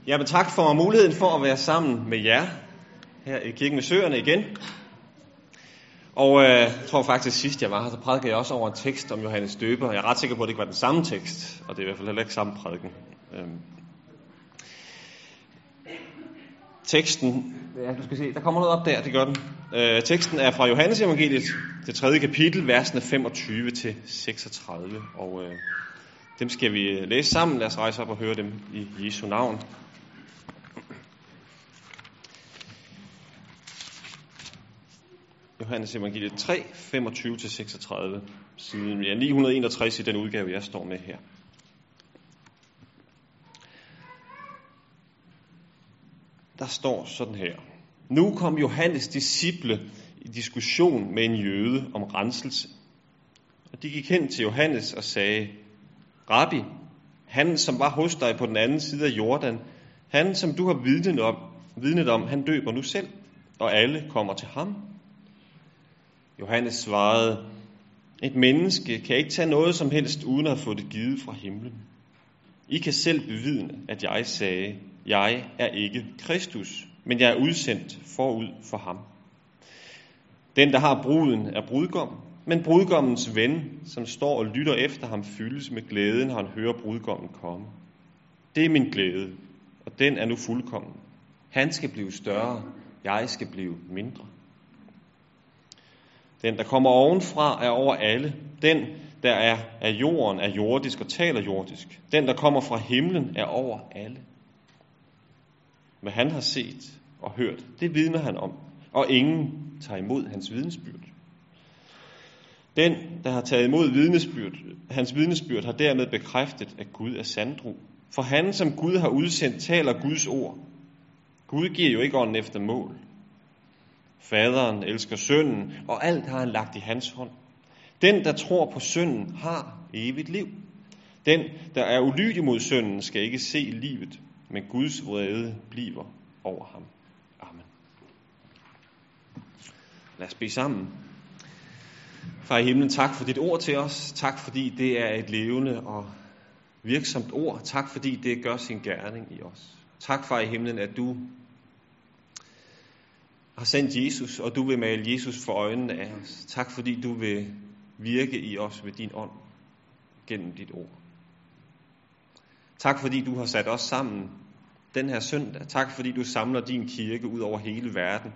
Jamen tak for muligheden for at være sammen med jer her i Kirken ved Søerne igen. Og jeg tror faktisk sidst jeg var her, så prædikede jeg også over en tekst om Johannes Døber. Jeg er ret sikker på, at det ikke var den samme tekst, og det er i hvert fald heller ikke samme prædiken. Teksten, ja, du skal se, der kommer noget op der, det gør den. Teksten er fra Johannes evangeliet, det 3. kapitel, versene 25-36, og dem skal vi læse sammen. Lad os rejse op og høre dem i Jesu navn. Johannes evangeliet 3, 25-36, siden 961 i den udgave, jeg står med her. Der står sådan her. Nu kom Johannes disciple i diskussion med en jøde om renselse. Og de gik hen til Johannes og sagde, Rabbi, han som var hos dig på den anden side af Jordan, han som du har vidnet om, han døber nu selv, og alle kommer til ham. Johannes svarede, et menneske kan ikke tage noget som helst uden at have fået det givet fra himlen. I kan selv bevidne, at jeg sagde, jeg er ikke Kristus, men jeg er udsendt forud for ham. Den, der har bruden, er brudgom, men brudgommens ven, som står og lytter efter ham, fyldes med glæde, når han hører brudgommen komme. Det er min glæde, og den er nu fuldkommen. Han skal blive større, jeg skal blive mindre. Den, der kommer ovenfra, er over alle. Den, der er af jorden, er jordisk og taler jordisk. Den, der kommer fra himlen, er over alle. Hvad han har set og hørt, det vidner han om, og ingen tager imod hans vidnesbyrd. Den, der har taget imod hans vidnesbyrd, har dermed bekræftet, at Gud er sandro. For han, som Gud har udsendt, taler Guds ord. Gud giver jo ikke ånden efter mål. Faderen elsker sønnen, og alt har han lagt i hans hånd. Den, der tror på sønnen, har evigt liv. Den, der er ulydig mod sønnen, skal ikke se livet, men Guds vrede bliver over ham. Amen. Lad os bede sammen. Far i himlen, tak for dit ord til os. Tak fordi det er et levende og virksomt ord. Tak fordi det gør sin gerning i os. Tak, far i himlen, at du har sendt Jesus, og du vil male Jesus for øjnene af os. Tak fordi du vil virke i os ved din ånd gennem dit ord. Tak fordi du har sat os sammen den her søndag. Tak fordi du samler din kirke ud over hele verden.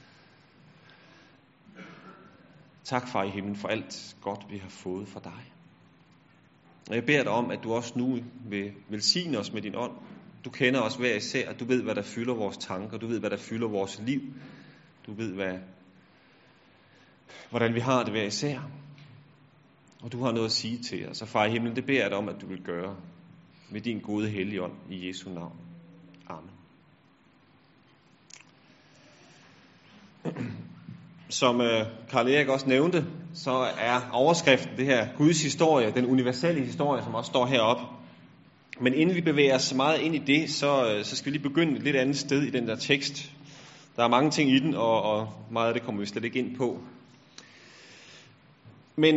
Tak, far i himlen, for alt godt vi har fået fra dig. Og jeg beder dig om, at du også nu vil velsigne os med din ånd. Du kender os hver især, du ved, hvad der fylder vores tanker, du ved, hvad der fylder vores liv. Du ved, hvordan vi har det hver især. Og du har noget at sige til os. Og far i himlen, det beder jeg dig om, at du vil gøre med din gode hellige ånd i Jesu navn. Amen. Som Karl Erik også nævnte, så er overskriften det her Guds historie, den universelle historie, som også står heroppe. Men inden vi bevæger os meget ind i det, så skal vi lige begynde et lidt andet sted i den der tekst. Der er mange ting i den, og meget af det kommer vi slet ikke ind på. Men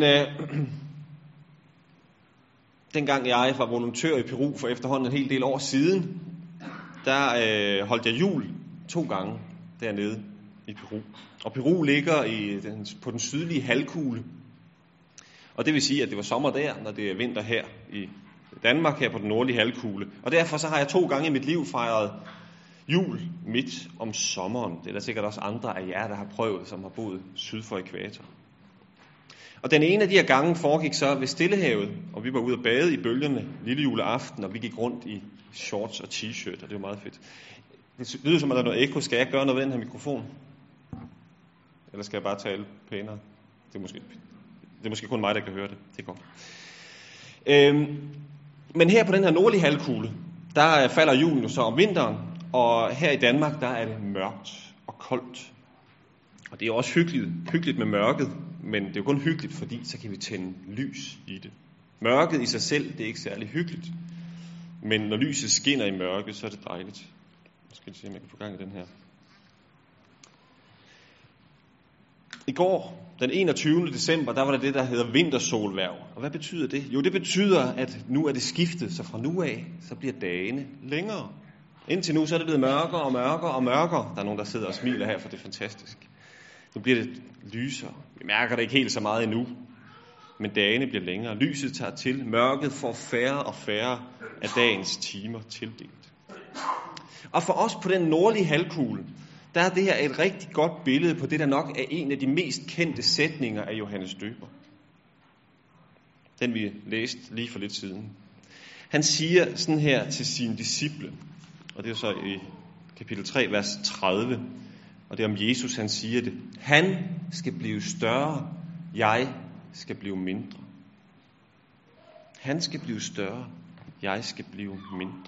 dengang jeg var volontør i Peru for efterhånden en hel del år siden, der holdt jeg jul 2 gange dernede i Peru. Og Peru ligger på den sydlige halvkugle. Og det vil sige, at det var sommer der, når det er vinter her i Danmark, her på den nordlige halvkugle. Og derfor så har jeg 2 gange i mit liv fejret jul midt om sommeren. Det er der sikkert også andre af jer, der har prøvet, som har boet syd for ækvator. Og den ene af de her gange foregik så ved Stillehavet, og vi var ude at bade i bølgerne lille juleaften, og vi gik rundt i shorts og t-shirt, og det var meget fedt. Det lyder som, at der er noget ekko. Skal jeg gøre noget ved den her mikrofon? Eller skal jeg bare tale pænere? Det er måske kun mig, der kan høre det. Det går. Men her på den her nordlige halvkugle, der falder julen jo så om vinteren, og her i Danmark, der er det mørkt og koldt. Og det er også hyggeligt med mørket, men det er jo kun hyggeligt, fordi så kan vi tænde lys i det. Mørket i sig selv, det er ikke særlig hyggeligt, men når lyset skinner i mørket, så er det dejligt. Nu skal jeg se, om jeg kan få gang i den her. I går, den 21. december, der var der det, der hedder vintersolhverv. Og hvad betyder det? Jo, det betyder, at nu er det skiftet, så fra nu af, så bliver dagene længere. Indtil nu så er det blevet mørkere og mørkere og mørkere. Der er nogen, der sidder og smiler her, for det er fantastisk. Nu bliver det lysere. Vi mærker det ikke helt så meget endnu, men dagene bliver længere. Lyset tager til. Mørket får færre og færre af dagens timer tildelt. Og for os på den nordlige halvkugle, der er det her et rigtig godt billede på det, der nok er en af de mest kendte sætninger af Johannes Døber. Den vi læste lige for lidt siden. Han siger sådan her til sine disciple, og det er så i kapitel 3, vers 30, og det er om Jesus, han siger det. Han skal blive større, jeg skal blive mindre. Han skal blive større, jeg skal blive mindre.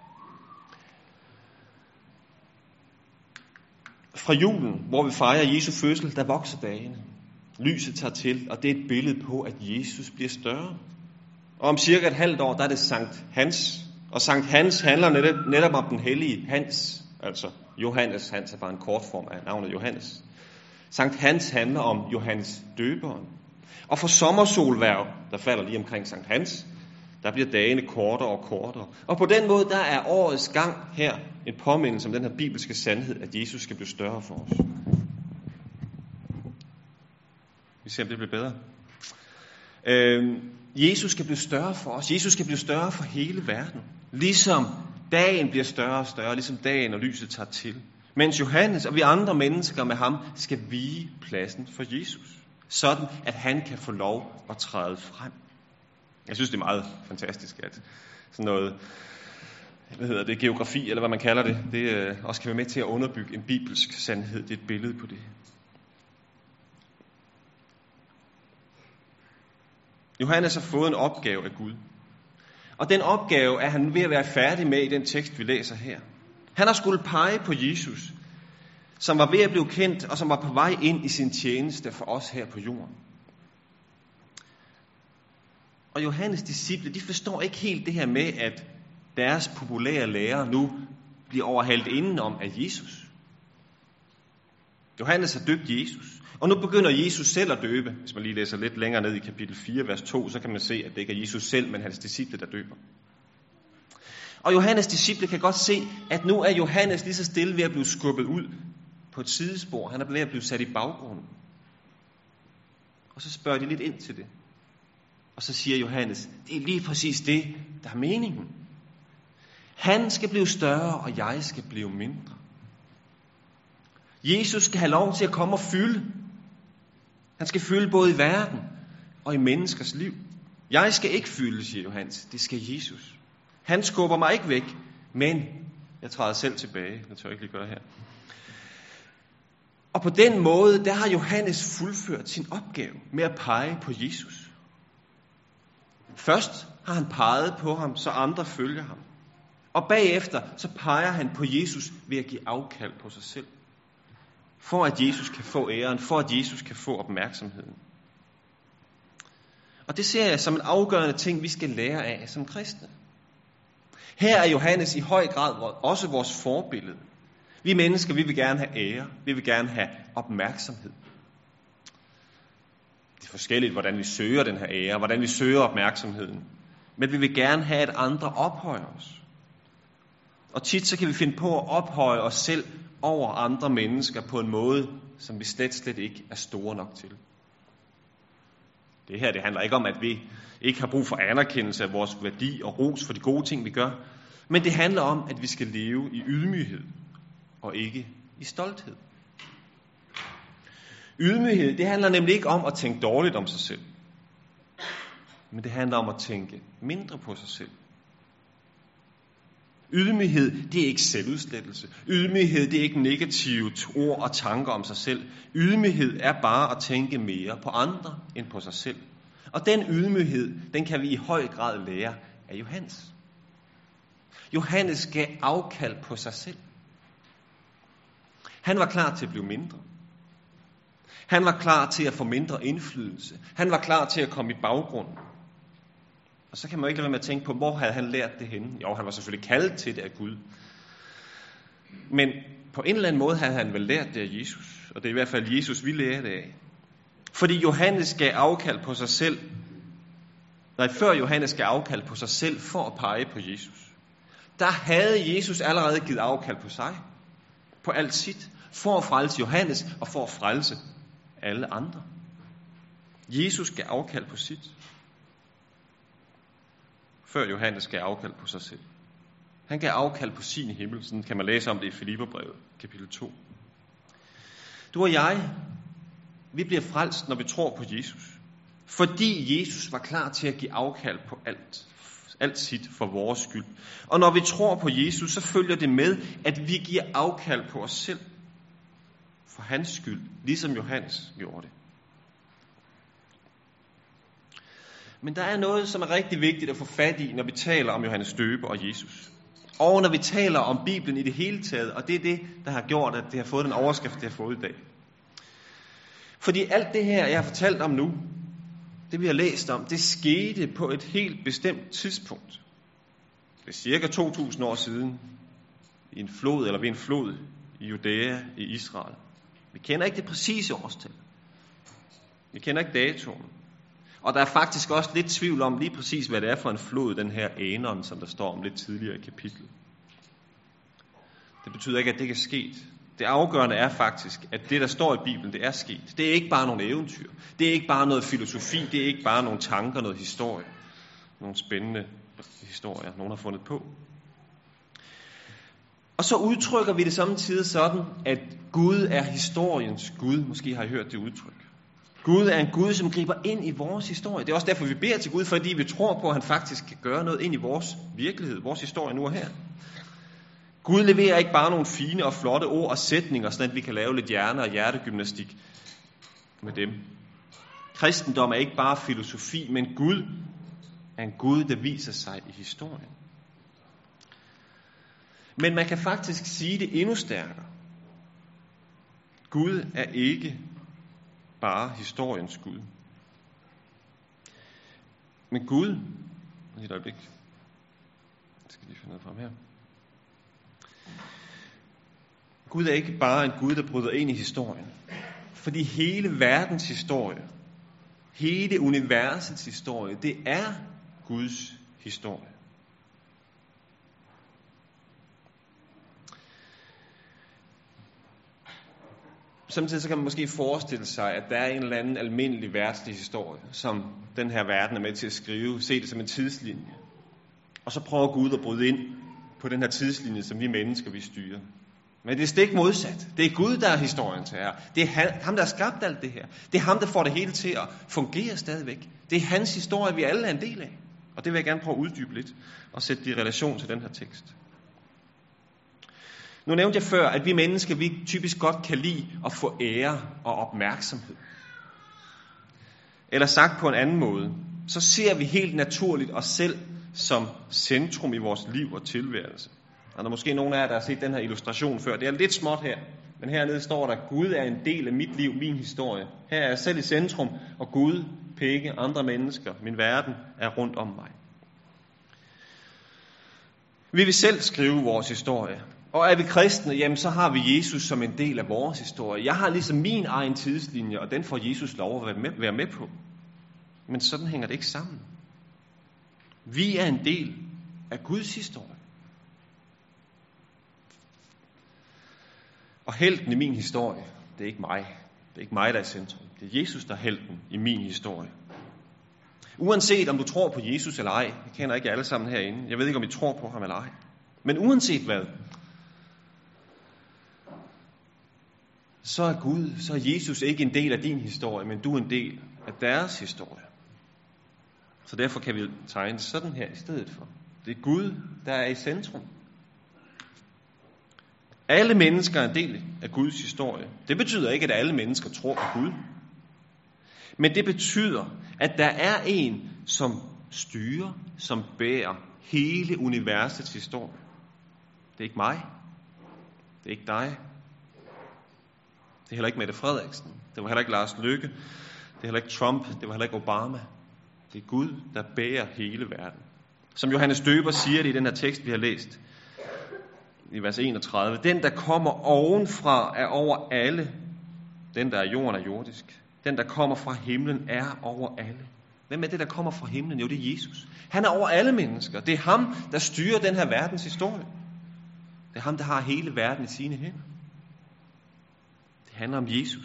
Fra julen, hvor vi fejrer Jesu fødsel, der vokser dagene. Lyset tager til, og det er et billede på, at Jesus bliver større. Og om cirka et halvt år, der er det Sankt Hans. Og Sankt Hans handler netop om den hellige Hans. Altså Johannes, Hans er bare en kort form af navnet Johannes. Sankt Hans handler om Johannes Døberen. Og for sommersolværv, der falder lige omkring Sankt Hans, der bliver dagene kortere og kortere. Og på den måde, der er årets gang her en påmindelse om den her bibelske sandhed, at Jesus skal blive større for os. Vi ser, om det bliver bedre. Jesus skal blive større for os. Jesus skal blive større for hele verden. Ligesom dagen bliver større og større, ligesom dagen og lyset tager til. Mens Johannes og vi andre mennesker med ham skal vige pladsen for Jesus. Sådan, at han kan få lov at træde frem. Jeg synes, det er meget fantastisk, at sådan noget, geografi, eller hvad man kalder det, det også kan være med til at underbygge en bibelsk sandhed. Det er et billede på det. Johannes har fået en opgave af Gud. Og den opgave er han ved at være færdig med i den tekst, vi læser her. Han har skulle pege på Jesus, som var ved at blive kendt, og som var på vej ind i sin tjeneste for os her på jorden. Og Johannes' disciple, de forstår ikke helt det her med, at deres populære lærer nu bliver overhældt indenom af Jesus. Johannes har døbt Jesus, og nu begynder Jesus selv at døbe. Hvis man lige læser lidt længere ned i kapitel 4, vers 2, så kan man se, at det ikke er Jesus selv, men hans disciple, der døber. Og Johannes' disciple kan godt se, at nu er Johannes lige så stille ved at blive skubbet ud på et sidespor. Han er ved at blive sat i baggrunden. Og så spørger de lidt ind til det. Og så siger Johannes, det er lige præcis det, der er meningen. Han skal blive større, og jeg skal blive mindre. Jesus skal have lov til at komme og fylde. Han skal fylde både i verden og i menneskers liv. Jeg skal ikke fylde, siger Johannes. Det skal Jesus. Han skubber mig ikke væk, men jeg træder selv tilbage. Det tør jeg ikke lige gøre her. Og på den måde, der har Johannes fuldført sin opgave med at pege på Jesus. Først har han peget på ham, så andre følger ham. Og bagefter, så peger han på Jesus ved at give afkald på sig selv. For at Jesus kan få æren, for at Jesus kan få opmærksomheden. Og det ser jeg som en afgørende ting, vi skal lære af som kristne. Her er Johannes i høj grad også vores forbillede. Vi mennesker, vi vil gerne have ære, vi vil gerne have opmærksomhed. Det er forskelligt, hvordan vi søger den her ære, hvordan vi søger opmærksomheden. Men vi vil gerne have, at andre ophøjer os. Og tit så kan vi finde på at ophøje os selv over andre mennesker på en måde, som vi slet ikke er store nok til. Det her, det handler ikke om, at vi ikke har brug for anerkendelse af vores værdi og ros for de gode ting, vi gør. Men det handler om, at vi skal leve i ydmyghed og ikke i stolthed. Ydmyghed, det handler nemlig ikke om at tænke dårligt om sig selv. Men det handler om at tænke mindre på sig selv. Ydmyghed, det er ikke selvudslettelse. Ydmyghed, det er ikke negative ord og tanker om sig selv. Ydmyghed er bare at tænke mere på andre end på sig selv. Og den ydmyghed, den kan vi i høj grad lære af Johannes. Johannes gav afkald på sig selv. Han var klar til at blive mindre. Han var klar til at få mindre indflydelse. Han var klar til at komme i baggrunden. Og så kan man jo ikke lade være med at tænke på, hvor havde han lært det henne? Jo, han var selvfølgelig kaldet til det af Gud. Men på en eller anden måde havde han vel lært det af Jesus. Og det er i hvert fald Jesus, vi lærer det af. Fordi Johannes gav afkald på sig selv. Før Johannes gav afkald på sig selv for at pege på Jesus. der havde Jesus allerede givet afkald på sig, på alt sit, for at frelse Johannes og for at frelse alle andre. Jesus gav afkald på sit, før Johannes gav afkald på sig selv. Han gav afkald på sin himmel, sådan kan man læse om det i Filipperbrevet, kapitel 2. Du og jeg, vi bliver frelst, når vi tror på Jesus. Fordi Jesus var klar til at give afkald på alt sit for vores skyld. Og når vi tror på Jesus, så følger det med, at vi giver afkald på os selv for hans skyld, ligesom Johannes gjorde det. Men der er noget, som er rigtig vigtigt at få fat i, når vi taler om Johannes Døber og Jesus. Og når vi taler om Bibelen i det hele taget, og det er det, der har gjort, at det har fået den overskrift, det har fået i dag. Fordi alt det her, jeg har fortalt om nu, det vi har læst om, det skete på et helt bestemt tidspunkt. Det er cirka 2000 år siden, i en flod, eller ved en flod i Judæa i Israel. Vi kender ikke det præcise årstal. Vi kender ikke datoen. Og der er faktisk også lidt tvivl om lige præcis, hvad det er for en flod, den her Ænon, som der står om lidt tidligere i kapitlet. Det betyder ikke, at det ikke er sket. Det afgørende er faktisk, at det, der står i Bibelen, det er sket. Det er ikke bare nogle eventyr. Det er ikke bare noget filosofi. Det er ikke bare nogle tanker, noget historie. Nogle spændende historier, nogen har fundet på. Og så udtrykker vi det samtidig sådan, at Gud er historiens Gud. Måske har I hørt det udtryk. Gud er en Gud, som griber ind i vores historie. Det er også derfor, vi beder til Gud, fordi vi tror på, at han faktisk kan gøre noget ind i vores virkelighed, vores historie nu og her. Gud leverer ikke bare nogle fine og flotte ord og sætninger, sådan at vi kan lave lidt hjerne- og hjertegymnastik med dem. Kristendom er ikke bare filosofi, men Gud er en Gud, der viser sig i historien. Men man kan faktisk sige det endnu stærkere. Gud er ikke bare historiens Gud. Men Gud, et øjeblik, jeg skal lige finde noget frem her. Gud er ikke bare en Gud, der bryder ind i historien. Fordi hele verdens historie, hele universets historie, det er Guds historie. Samtidig så kan man måske forestille sig, at der er en eller anden almindelig verdslig historie, som den her verden er med til at skrive, se det som en tidslinje. Og så prøver Gud at bryde ind på den her tidslinje, som vi mennesker vi styrer. Men det er stik modsat. Det er Gud, der er historiens herre. Det er ham, der har skabt alt det her. Det er ham, der får det hele til at fungere stadigvæk. Det er hans historie, vi alle er en del af. Og det vil jeg gerne prøve at uddybe lidt og sætte det i relation til den her tekst. Nu nævnte jeg før, at vi mennesker, vi typisk godt kan lide at få ære og opmærksomhed. Eller sagt på en anden måde, så ser vi helt naturligt os selv som centrum i vores liv og tilværelse. Og der er måske nogen af jer, der har set den her illustration før. Det er lidt småt her, men hernede står der, Gud er en del af mit liv, min historie. Her er jeg selv i centrum, og Gud, penge, andre mennesker, min verden er rundt om mig. Vi vil selv skrive vores historie. Og er vi kristne, jamen så har vi Jesus som en del af vores historie. Jeg har ligesom min egen tidslinje, og den får Jesus lov at være med på. Men sådan hænger det ikke sammen. Vi er en del af Guds historie. Og helten i min historie, det er ikke mig. Det er ikke mig, der er i centrum. Det er Jesus, der er helten i min historie. Uanset om du tror på Jesus eller ej, jeg kender ikke alle sammen herinde, jeg ved ikke, om I tror på ham eller ej. Men uanset hvad, så er Gud, så er Jesus ikke en del af din historie, men du er en del af deres historie. Så derfor kan vi tegne sådan her i stedet for. Det er Gud, der er i centrum. Alle mennesker er en del af Guds historie. Det betyder ikke, at alle mennesker tror på Gud. Men det betyder, at der er en, som styrer, som bærer hele universets historie. Det er ikke mig. Det er ikke dig. Det er heller ikke Mette Frederiksen. Det var heller ikke Lars Løkke. Det er heller ikke Trump. Det var heller ikke Obama. Det er Gud, der bærer hele verden. Som Johannes Døber siger det i den her tekst, vi har læst. I vers 31. Den, der kommer ovenfra, er over alle. Den, der er jorden, er jordisk. Den, der kommer fra himlen, er over alle. Hvem er det, der kommer fra himlen? Jo, det er Jesus. Han er over alle mennesker. Det er ham, der styrer den her verdens historie. Det er ham, der har hele verden i sine hænder. Det handler om Jesus.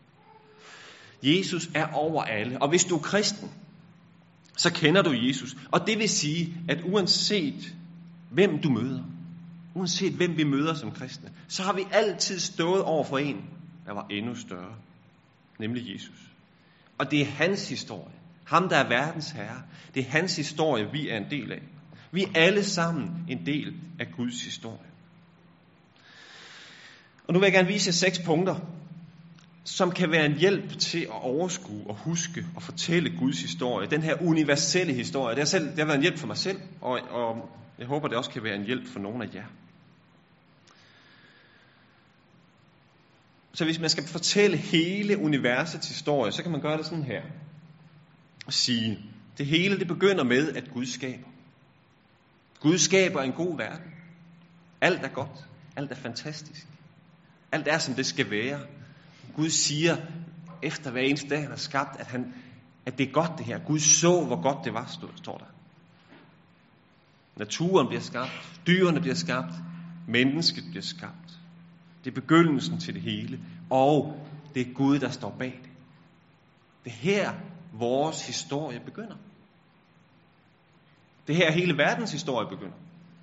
Jesus er over alle. Og hvis du er kristen, så kender du Jesus. Og det vil sige, at uanset hvem du møder, uanset hvem vi møder som kristne, så har vi altid stået over for en, der var endnu større. Nemlig Jesus. Og det er hans historie. Ham, der er verdens herre. Det er hans historie, vi er en del af. Vi er alle sammen en del af Guds historie. Og nu vil jeg gerne vise jer 6 punkter, som kan være en hjælp til at overskue og huske og fortælle Guds historie. Den her universelle historie. Det har været en hjælp for mig selv, og jeg håber, det også kan være en hjælp for nogle af jer. Så hvis man skal fortælle hele universets historie, så kan man gøre det sådan her. Og sige, det hele det begynder med, at Gud skaber. Gud skaber en god verden. Alt er godt. Alt er fantastisk. Alt er, som det skal være. Gud siger, efter hver eneste dag, han har skabt, at det er godt det her. Gud så, hvor godt det var, står der. Naturen bliver skabt. Dyrene bliver skabt. Mennesket bliver skabt. Det er begyndelsen til det hele. Og det er Gud, der står bag det. Det er her, vores historie begynder. Det er her, hele verdens historie begynder.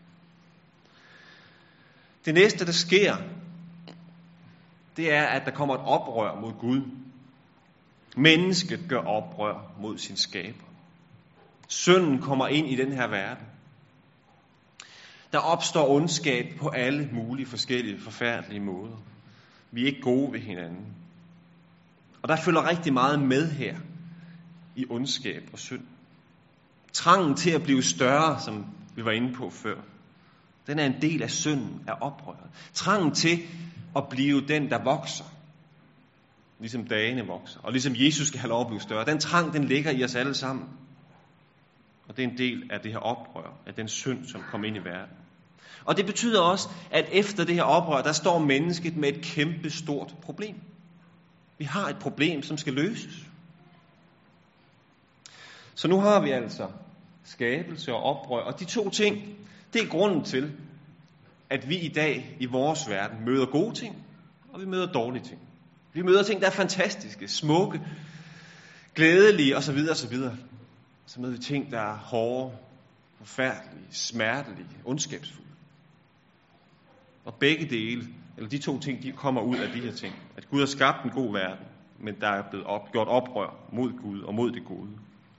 Det næste, der sker, det er, at der kommer et oprør mod Gud. Mennesket gør oprør mod sin skaber. Synden kommer ind i den her verden. Der opstår ondskab på alle mulige forskellige forfærdelige måder. Vi er ikke gode ved hinanden. Og der følger rigtig meget med her i ondskab og synd. Trangen til at blive større, som vi var inde på før, den er en del af synden, af oprøret. Trangen til at blive den, der vokser, ligesom dagene vokser, og ligesom Jesus skal have lov at blive større. Den trang, den ligger i os alle sammen. Og det er en del af det her oprør, af den synd, som kom ind i verden. Og det betyder også, at efter det her oprør, der står mennesket med et kæmpe stort problem. Vi har et problem, som skal løses. Så nu har vi altså skabelse og oprør, og de 2 ting, det er grunden til, at vi i dag i vores verden møder gode ting, og vi møder dårlige ting. Vi møder ting, der er fantastiske, smukke, glædelige osv. osv. Så møder vi ting, der er hårde, forfærdelige, smertelige, ondskabsfulde. Og begge dele, eller de 2 ting, de kommer ud af de her ting. At Gud har skabt en god verden, men der er blevet gjort oprør mod Gud og mod det gode.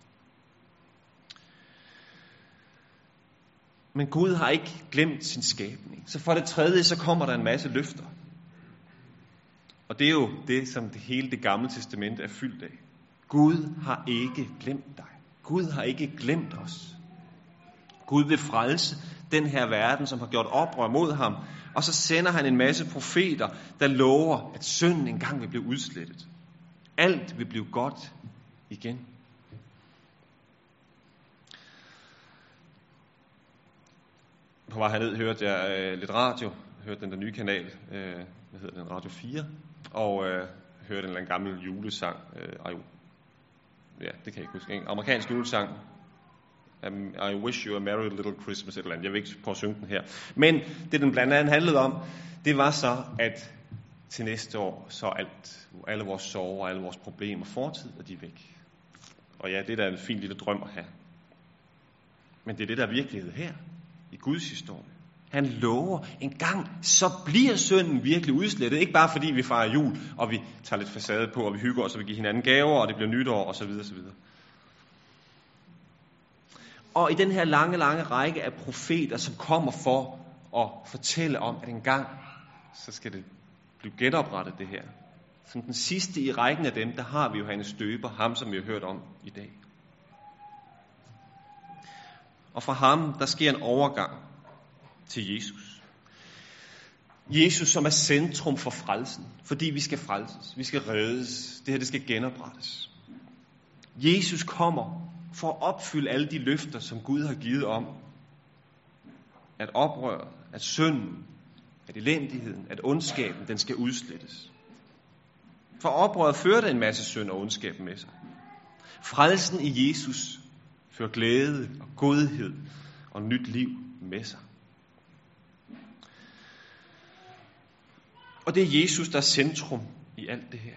Men Gud har ikke glemt sin skabning. Så for det tredje, så kommer der en masse løfter. Og det er jo det, som hele det gamle testamente er fyldt af. Gud har ikke glemt dig. Gud har ikke glemt os. Gud vil frelse den her verden, som har gjort oprør mod ham. Og så sender han en masse profeter, der lover, at synden engang vil blive udslettet. Alt vil blive godt igen. På vej herned hørte jeg lidt radio. Hørte den der nye kanal, hvad hedder den, Radio 4. Og hørte en eller anden gammel julesang. Ja, det kan jeg ikke huske. En amerikansk julesang. I wish you a merry little Christmas, et eller andet. Jeg vil ikke prøve at synge den her. Men det, den blandt andet handlede om, det var så, at til næste år, så alle vores sorger og alle vores problemer, fortid, er de væk. Og ja, det er da en fin lille drøm at have. Men det er det, der er virkelighed her, i Guds historie. Han lover, en gang, så bliver synden virkelig udslettet. Ikke bare fordi vi fejrer jul, og vi tager lidt facade på, og vi hygger os, og vi giver hinanden gaver, og det bliver nytår, og så videre, så videre. Og i den her lange, lange række af profeter, som kommer for at fortælle om, at en gang, så skal det blive genoprettet det her. Som den sidste i rækken af dem, der har vi Johannes Døber, ham som vi har hørt om i dag. Og fra ham, der sker en overgang til Jesus. Jesus, som er centrum for frelsen, fordi vi skal frelses, vi skal reddes, det her det skal genoprettes. Jesus kommer for at opfylde alle de løfter, som Gud har givet om, at oprøret, at synden, at elendigheden, at ondskaben, den skal udslettes. For oprøret førte en masse synd og ondskab med sig. Frelsen i Jesus fører glæde og godhed og nyt liv med sig. Og det er Jesus, der er centrum i alt det her.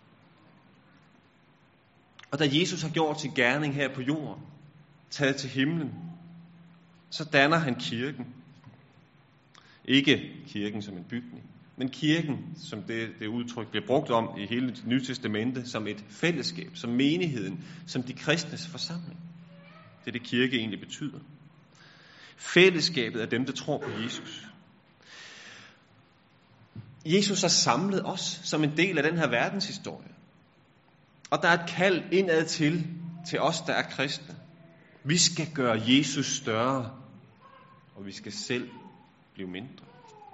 Og da Jesus har gjort sin gerning her på jorden, taget til himlen, så danner han kirken. Ikke kirken som en bygning, men kirken, som det udtryk bliver brugt om i hele det nye testamente, som et fællesskab, som menigheden, som de kristnes forsamling. Det er det kirke egentlig betyder. Fællesskabet er dem, der tror på Jesus. Jesus har samlet os som en del af den her verdenshistorie. Og der er et kald indad til os, der er kristne. Vi skal gøre Jesus større, og vi skal selv blive mindre.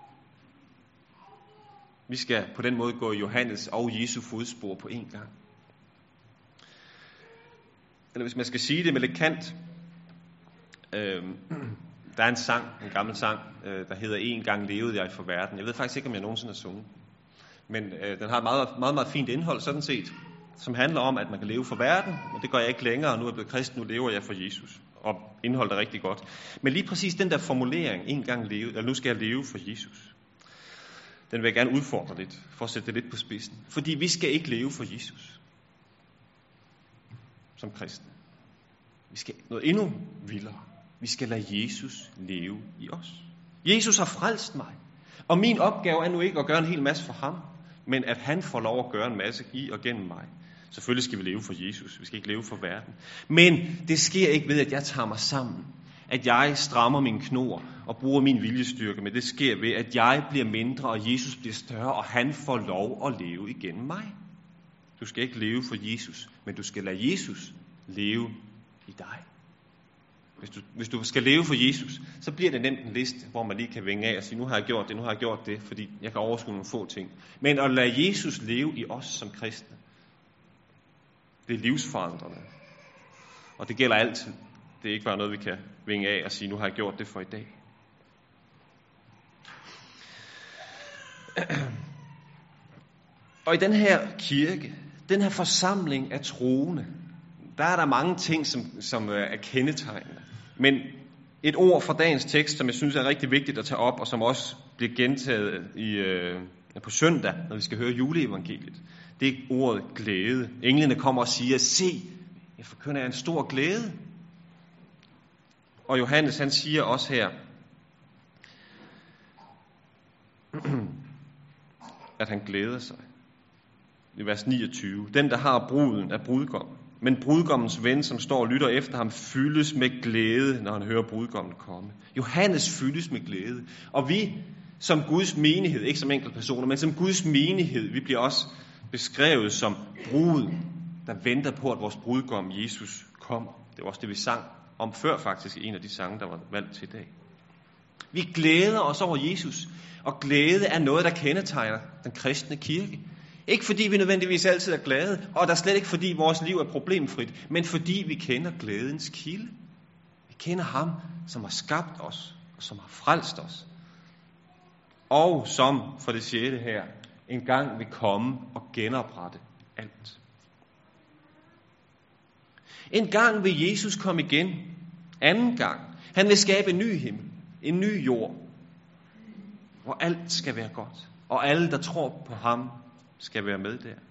Vi skal på den måde gå i Johannes og Jesu fodspor på en gang. Eller hvis man skal sige det med lidt kant, der er en gammel sang, der hedder En gang levede jeg for verden. Jeg ved faktisk ikke, om jeg nogensinde har sunget. Men den har et meget, meget, meget fint indhold, sådan set, som handler om, at man kan leve for verden, men det gør jeg ikke længere, og nu er jeg blevet kristen, nu lever jeg for Jesus. Og indholdet er rigtig godt. Men lige præcis den der formulering, en gang leve, eller nu skal jeg leve for Jesus, den vil jeg gerne udfordre lidt, for at sætte det lidt på spidsen. Fordi vi skal ikke leve for Jesus som kristne. Vi skal noget endnu vildere. Vi skal lade Jesus leve i os. Jesus har frelst mig, og min opgave er nu ikke at gøre en hel masse for ham, men at han får lov at gøre en masse i og gennem mig. Selvfølgelig skal vi leve for Jesus, vi skal ikke leve for verden. Men det sker ikke ved, at jeg tager mig sammen, at jeg strammer mine knor og bruger min viljestyrke, men det sker ved, at jeg bliver mindre, og Jesus bliver større, og han får lov at leve igennem mig. Du skal ikke leve for Jesus, men du skal lade Jesus leve i dig. Hvis du skal leve for Jesus, så bliver det nemt en liste, hvor man lige kan vinge af og sige, nu har jeg gjort det, fordi jeg kan overskue nogle få ting. Men at lade Jesus leve i os som kristne, det er livsforandrende. Og det gælder altid. Det er ikke bare noget, vi kan vinge af og sige, nu har jeg gjort det for i dag. Og i den her kirke, den her forsamling af troende, der er der mange ting, som er kendetegnende. Men et ord fra dagens tekst, som jeg synes er rigtig vigtigt at tage op, og som også bliver gentaget på søndag, når vi skal høre juleevangeliet, det er ordet glæde. Englene kommer og siger, se, jeg forkynder en stor glæde. Og Johannes, han siger også her, at han glæder sig. I vers 29. Den, der har bruden, er brudgommen. Men brudgommens ven, som står og lytter efter ham, fyldes med glæde, når han hører brudgommen komme. Johannes fyldes med glæde. Og vi, som Guds menighed, ikke som enkeltpersoner, men som Guds menighed, vi bliver også beskrevet som bruden, der venter på, at vores brudgom Jesus kommer. Det var også det, vi sang om før faktisk, en af de sange, der var valgt til i dag. Vi glæder os over Jesus, og glæde er noget, der kendetegner den kristne kirke. Ikke fordi vi nødvendigvis altid er glade, og der er slet ikke fordi vores liv er problemfrit, men fordi vi kender glædens kilde. Vi kender ham, som har skabt os, og som har frelst os. Og som, for det 6. her, en gang vil komme og genoprette alt. En gang vil Jesus komme igen. Anden gang. Han vil skabe en ny himmel, en ny jord, hvor alt skal være godt, og alle, der tror på ham, skal være med der.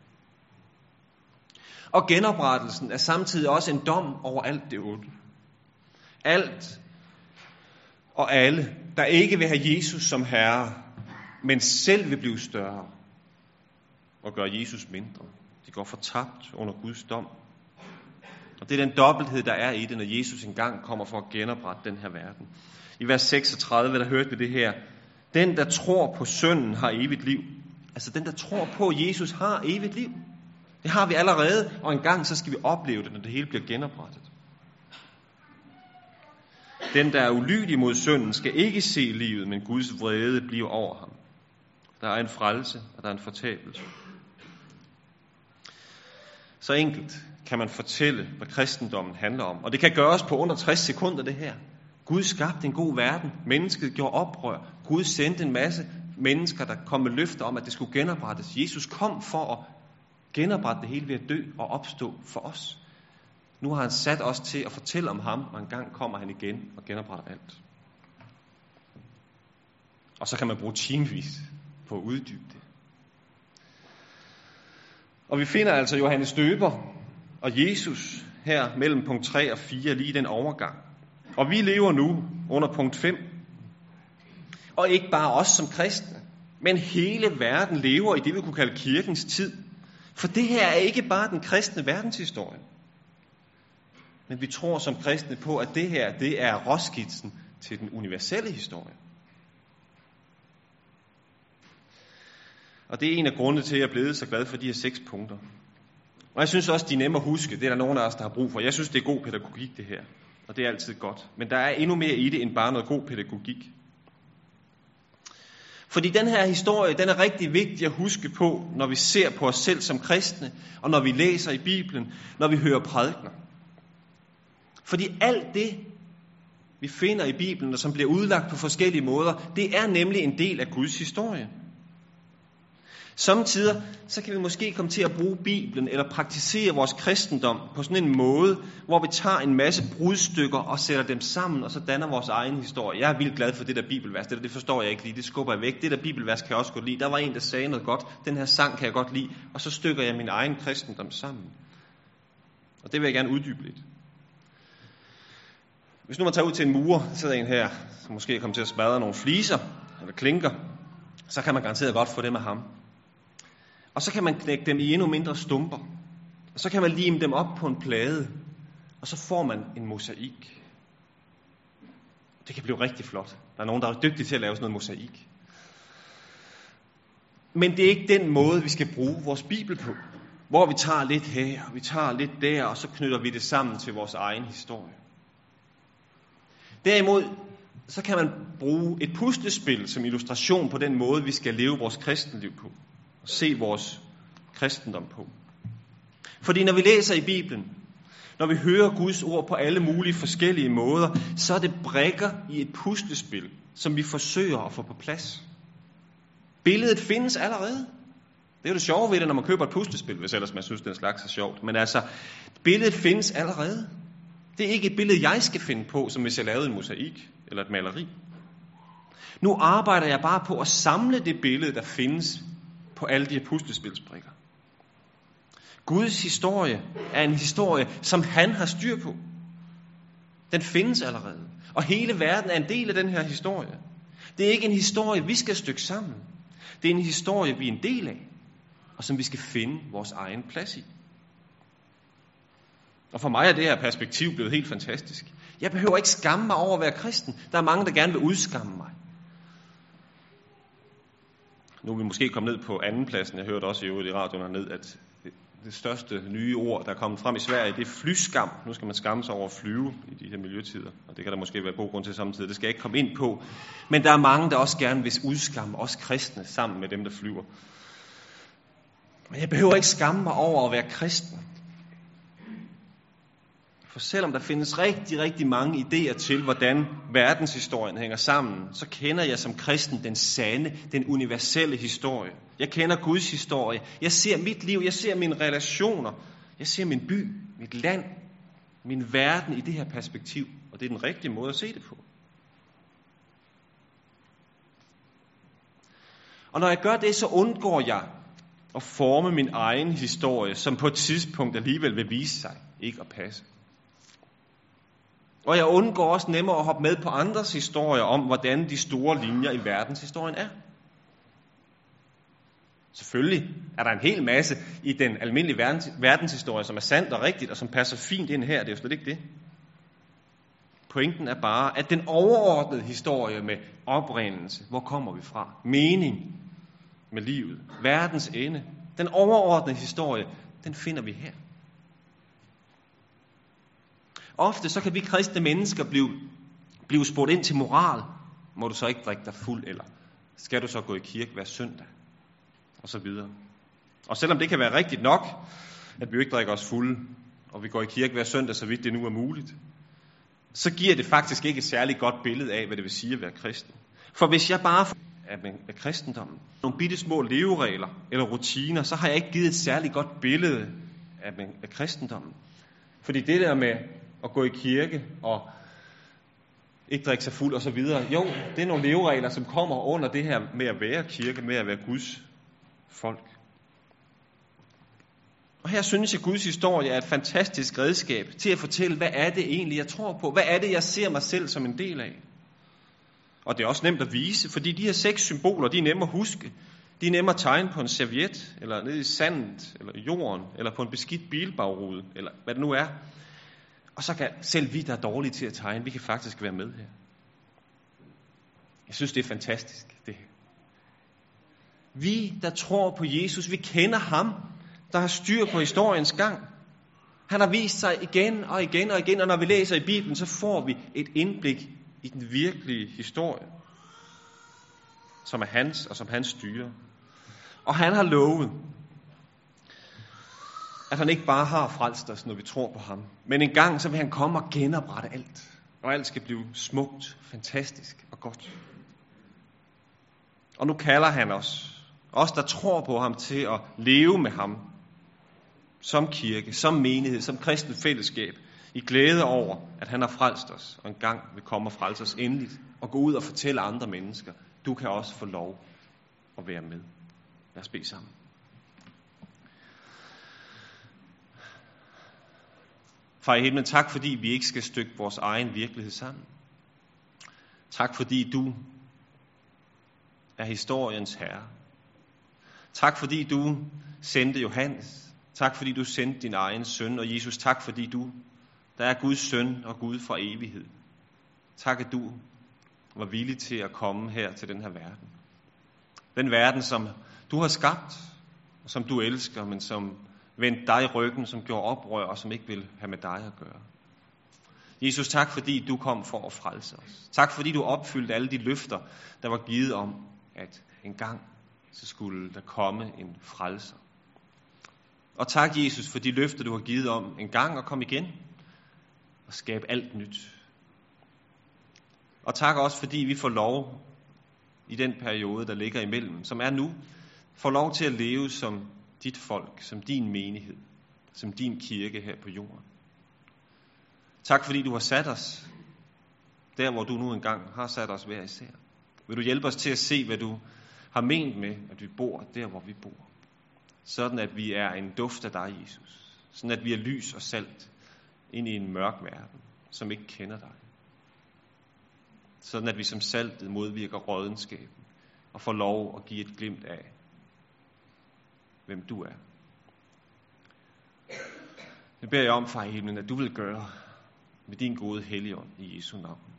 Og genoprettelsen er samtidig også en dom over alt det onde. Alt og alle, der ikke vil have Jesus som herre, men selv vil blive større og gøre Jesus mindre. De går fortabt under Guds dom. Og det er den dobbelthed, der er i det, når Jesus engang kommer for at genoprette den her verden. I vers 36, der hørte vi det her. Den, der tror på sønnen, har evigt liv. Altså den, der tror på Jesus, har evigt liv. Det har vi allerede, og engang så skal vi opleve det, når det hele bliver genoprettet. Den, der er ulydig mod synden, skal ikke se livet, men Guds vrede bliver over ham. Der er en frelse, og der er en fortabelse. Så enkelt kan man fortælle, hvad kristendommen handler om. Og det kan gøres på under 60 sekunder, det her. Gud skabte en god verden. Mennesket gjorde oprør. Gud sendte en masse mennesker, der kom med løfter om, at det skulle genoprettes. Jesus kom for at genoprette det hele ved at dø og opstå for os. Nu har han sat os til at fortælle om ham, og en gang kommer han igen og genopretter alt. Og så kan man bruge timevis på at uddybe det. Og vi finder altså Johannes Døber og Jesus her mellem punkt 3 og 4, lige den overgang. Og vi lever nu under punkt 5. Og ikke bare os som kristne, men hele verden lever i det, vi kunne kalde kirkens tid. For det her er ikke bare den kristne verdenshistorie. Men vi tror som kristne på, at det her, det er råskitsen til den universelle historie. Og det er en af grundene til, at jeg er blevet så glad for de her 6 punkter. Og jeg synes også, de er nemme at huske. Det er der nogen af os, der har brug for. Jeg synes, det er god pædagogik, det her. Og det er altid godt. Men der er endnu mere i det, end bare noget god pædagogik. Fordi den her historie, den er rigtig vigtig at huske på, når vi ser på os selv som kristne, og når vi læser i Bibelen, når vi hører prædikener. Fordi alt det, vi finder i Bibelen, og som bliver udlagt på forskellige måder, det er nemlig en del af Guds historie. Samtidig så kan vi måske komme til at bruge Bibelen eller praktisere vores kristendom på sådan en måde, hvor vi tager en masse brudstykker og sætter dem sammen, og så danner vores egen historie. Jeg er vildt glad for det der bibelvers. Det forstår jeg ikke lige. Det skubber jeg væk. Det der bibelvers kan jeg også godt lide. Der var en, der sagde noget godt. Den her sang kan jeg godt lide. Og så stykker jeg min egen kristendom sammen. Og det vil jeg gerne uddybe lidt. Hvis nu man tager ud til en murer, der sidder en her, som måske er kommet til at smadre nogle fliser eller klinker, så kan man garanteret godt få det med ham. Og så kan man knække dem i endnu mindre stumper. Og så kan man lime dem op på en plade. Og så får man en mosaik. Det kan blive rigtig flot. Der er nogen, der er dygtige til at lave sådan noget mosaik. Men det er ikke den måde, vi skal bruge vores Bibel på. Hvor vi tager lidt her, og vi tager lidt der, og så knytter vi det sammen til vores egen historie. Derimod, så kan man bruge et puslespil som illustration på den måde, vi skal leve vores kristenliv på. Og se vores kristendom på. Fordi når vi læser i Bibelen, når vi hører Guds ord på alle mulige forskellige måder, så er det brikker i et puslespil, som vi forsøger at få på plads. Billedet findes allerede. Det er jo det sjove ved det, når man køber et puslespil, hvis ellers man synes, den slags er sjovt. Men altså, billedet findes allerede. Det er ikke et billede, jeg skal finde på, som hvis jeg lavede en mosaik eller et maleri. Nu arbejder jeg bare på at samle det billede, der findes på alle de her puslespilsbrikker. Guds historie er en historie, som han har styr på. Den findes allerede. Og hele verden er en del af den her historie. Det er ikke en historie, vi skal stykke sammen. Det er en historie, vi er en del af, og som vi skal finde vores egen plads i. Og for mig er det her perspektiv blevet helt fantastisk. Jeg behøver ikke skamme mig over at være kristen. Der er mange, der gerne vil udskamme mig. Nu er vi måske kommet ned på andenpladsen. Jeg hørte også i radioen herned, at det største nye ord, der er kommet frem i Sverige, det er flyskam. Nu skal man skamme sig over at flyve i de her miljøtider. Og det kan der måske være god grund til samtidig. Det skal jeg ikke komme ind på. Men der er mange, der også gerne vil udskamme os kristne sammen med dem, der flyver. Men jeg behøver ikke skamme mig over at være kristen. For selvom der findes rigtig, rigtig mange idéer til, hvordan verdenshistorien hænger sammen, så kender jeg som kristen den sande, den universelle historie. Jeg kender Guds historie. Jeg ser mit liv, jeg ser mine relationer, jeg ser min by, mit land, min verden i det her perspektiv. Og det er den rigtige måde at se det på. Og når jeg gør det, så undgår jeg at forme min egen historie, som på et tidspunkt alligevel vil vise sig ikke at passe. Og jeg undgår også nemmere at hoppe med på andres historier om, hvordan de store linjer i verdenshistorien er. Selvfølgelig er der en hel masse i den almindelige verdenshistorie, som er sandt og rigtigt, og som passer fint ind her. Det er jo slet ikke det. Pointen er bare, at den overordnede historie med oprindelse, hvor kommer vi fra? Mening med livet, verdens ende. Den overordnede historie, den finder vi her. Ofte så kan vi kristne mennesker blive spurgt ind til moral. Må du så ikke drikke dig fuld, eller skal du så gå i kirke hver søndag? Og så videre. Og selvom det kan være rigtigt nok, at vi jo ikke drikker os fulde, og vi går i kirke hver søndag, så vidt det nu er muligt, så giver det faktisk ikke et særligt godt billede af, hvad det vil sige at være kristen. For hvis jeg bare af kristendommen nogle bitte små leveregler eller rutiner, så har jeg ikke givet et særligt godt billede af kristendommen. Fordi det der med at gå i kirke og ikke drikke sig fuld og så videre, jo, det er nogle leveregler, som kommer under det her med at være kirke, med at være Guds folk. Og her synes jeg, at Guds historie er et fantastisk redskab til at fortælle, hvad er det egentlig, jeg tror på? Hvad er det, jeg ser mig selv som en del af? Og det er også nemt at vise, fordi de her 6 symboler, de er nemme at huske. De er nemme at tegne på en serviet, eller nede i sandet, eller i jorden, eller på en beskidt bilbagrude, eller hvad det nu er. Og så kan selv vi, der er dårlige til at tegne, vi kan faktisk være med her. Jeg synes, det er fantastisk, det her. Vi, der tror på Jesus, vi kender ham, der har styr på historiens gang. Han har vist sig igen og igen og igen, og når vi læser i Bibelen, så får vi et indblik i den virkelige historie, som er hans og som han styrer. Og han har lovet, at han ikke bare har frelst os, når vi tror på ham, men en gang så vil han komme og genoprette alt, og alt skal blive smukt, fantastisk og godt. Og nu kalder han os der tror på ham, til at leve med ham, som kirke, som menighed, som kristen fællesskab, i glæde over, at han har frelst os, og en gang vil komme og frelse os endeligt, og gå ud og fortælle andre mennesker, du kan også få lov at være med. Lad os bede sammen. Far i himlen, tak fordi vi ikke skal stykke vores egen virkelighed sammen. Tak fordi du er historiens herre. Tak fordi du sendte Johannes. Tak fordi du sendte din egen søn. Og Jesus, tak fordi du, der er Guds søn og Gud fra evighed. Tak at du var villig til at komme her til den her verden. Den verden, som du har skabt, og som du elsker, men som vendte dig ryggen, som gjorde oprør, og som ikke vil have med dig at gøre. Jesus, tak fordi du kom for at frelse os. Tak fordi du opfyldte alle de løfter, der var givet om, at en gang så skulle der komme en frelser. Og tak, Jesus, for de løfter, du har givet om en gang at komme igen og skabe alt nyt. Og tak også, fordi vi får lov i den periode, der ligger imellem, som er nu, får lov til at leve som dit folk, som din menighed, som din kirke her på jorden. Tak, fordi du har sat os der, hvor du nu engang har sat os hver især. Vil du hjælpe os til at se, hvad du har ment med, at vi bor der, hvor vi bor. Sådan, at vi er en duft af dig, Jesus. Sådan, at vi er lys og salt ind i en mørk verden, som ikke kender dig. Sådan, at vi som saltet modvirker rådenskaben og får lov at give et glimt af, hvem du er. Det beder jeg om, far i himlen, at du vil gøre med din gode Helligånd i Jesu navn.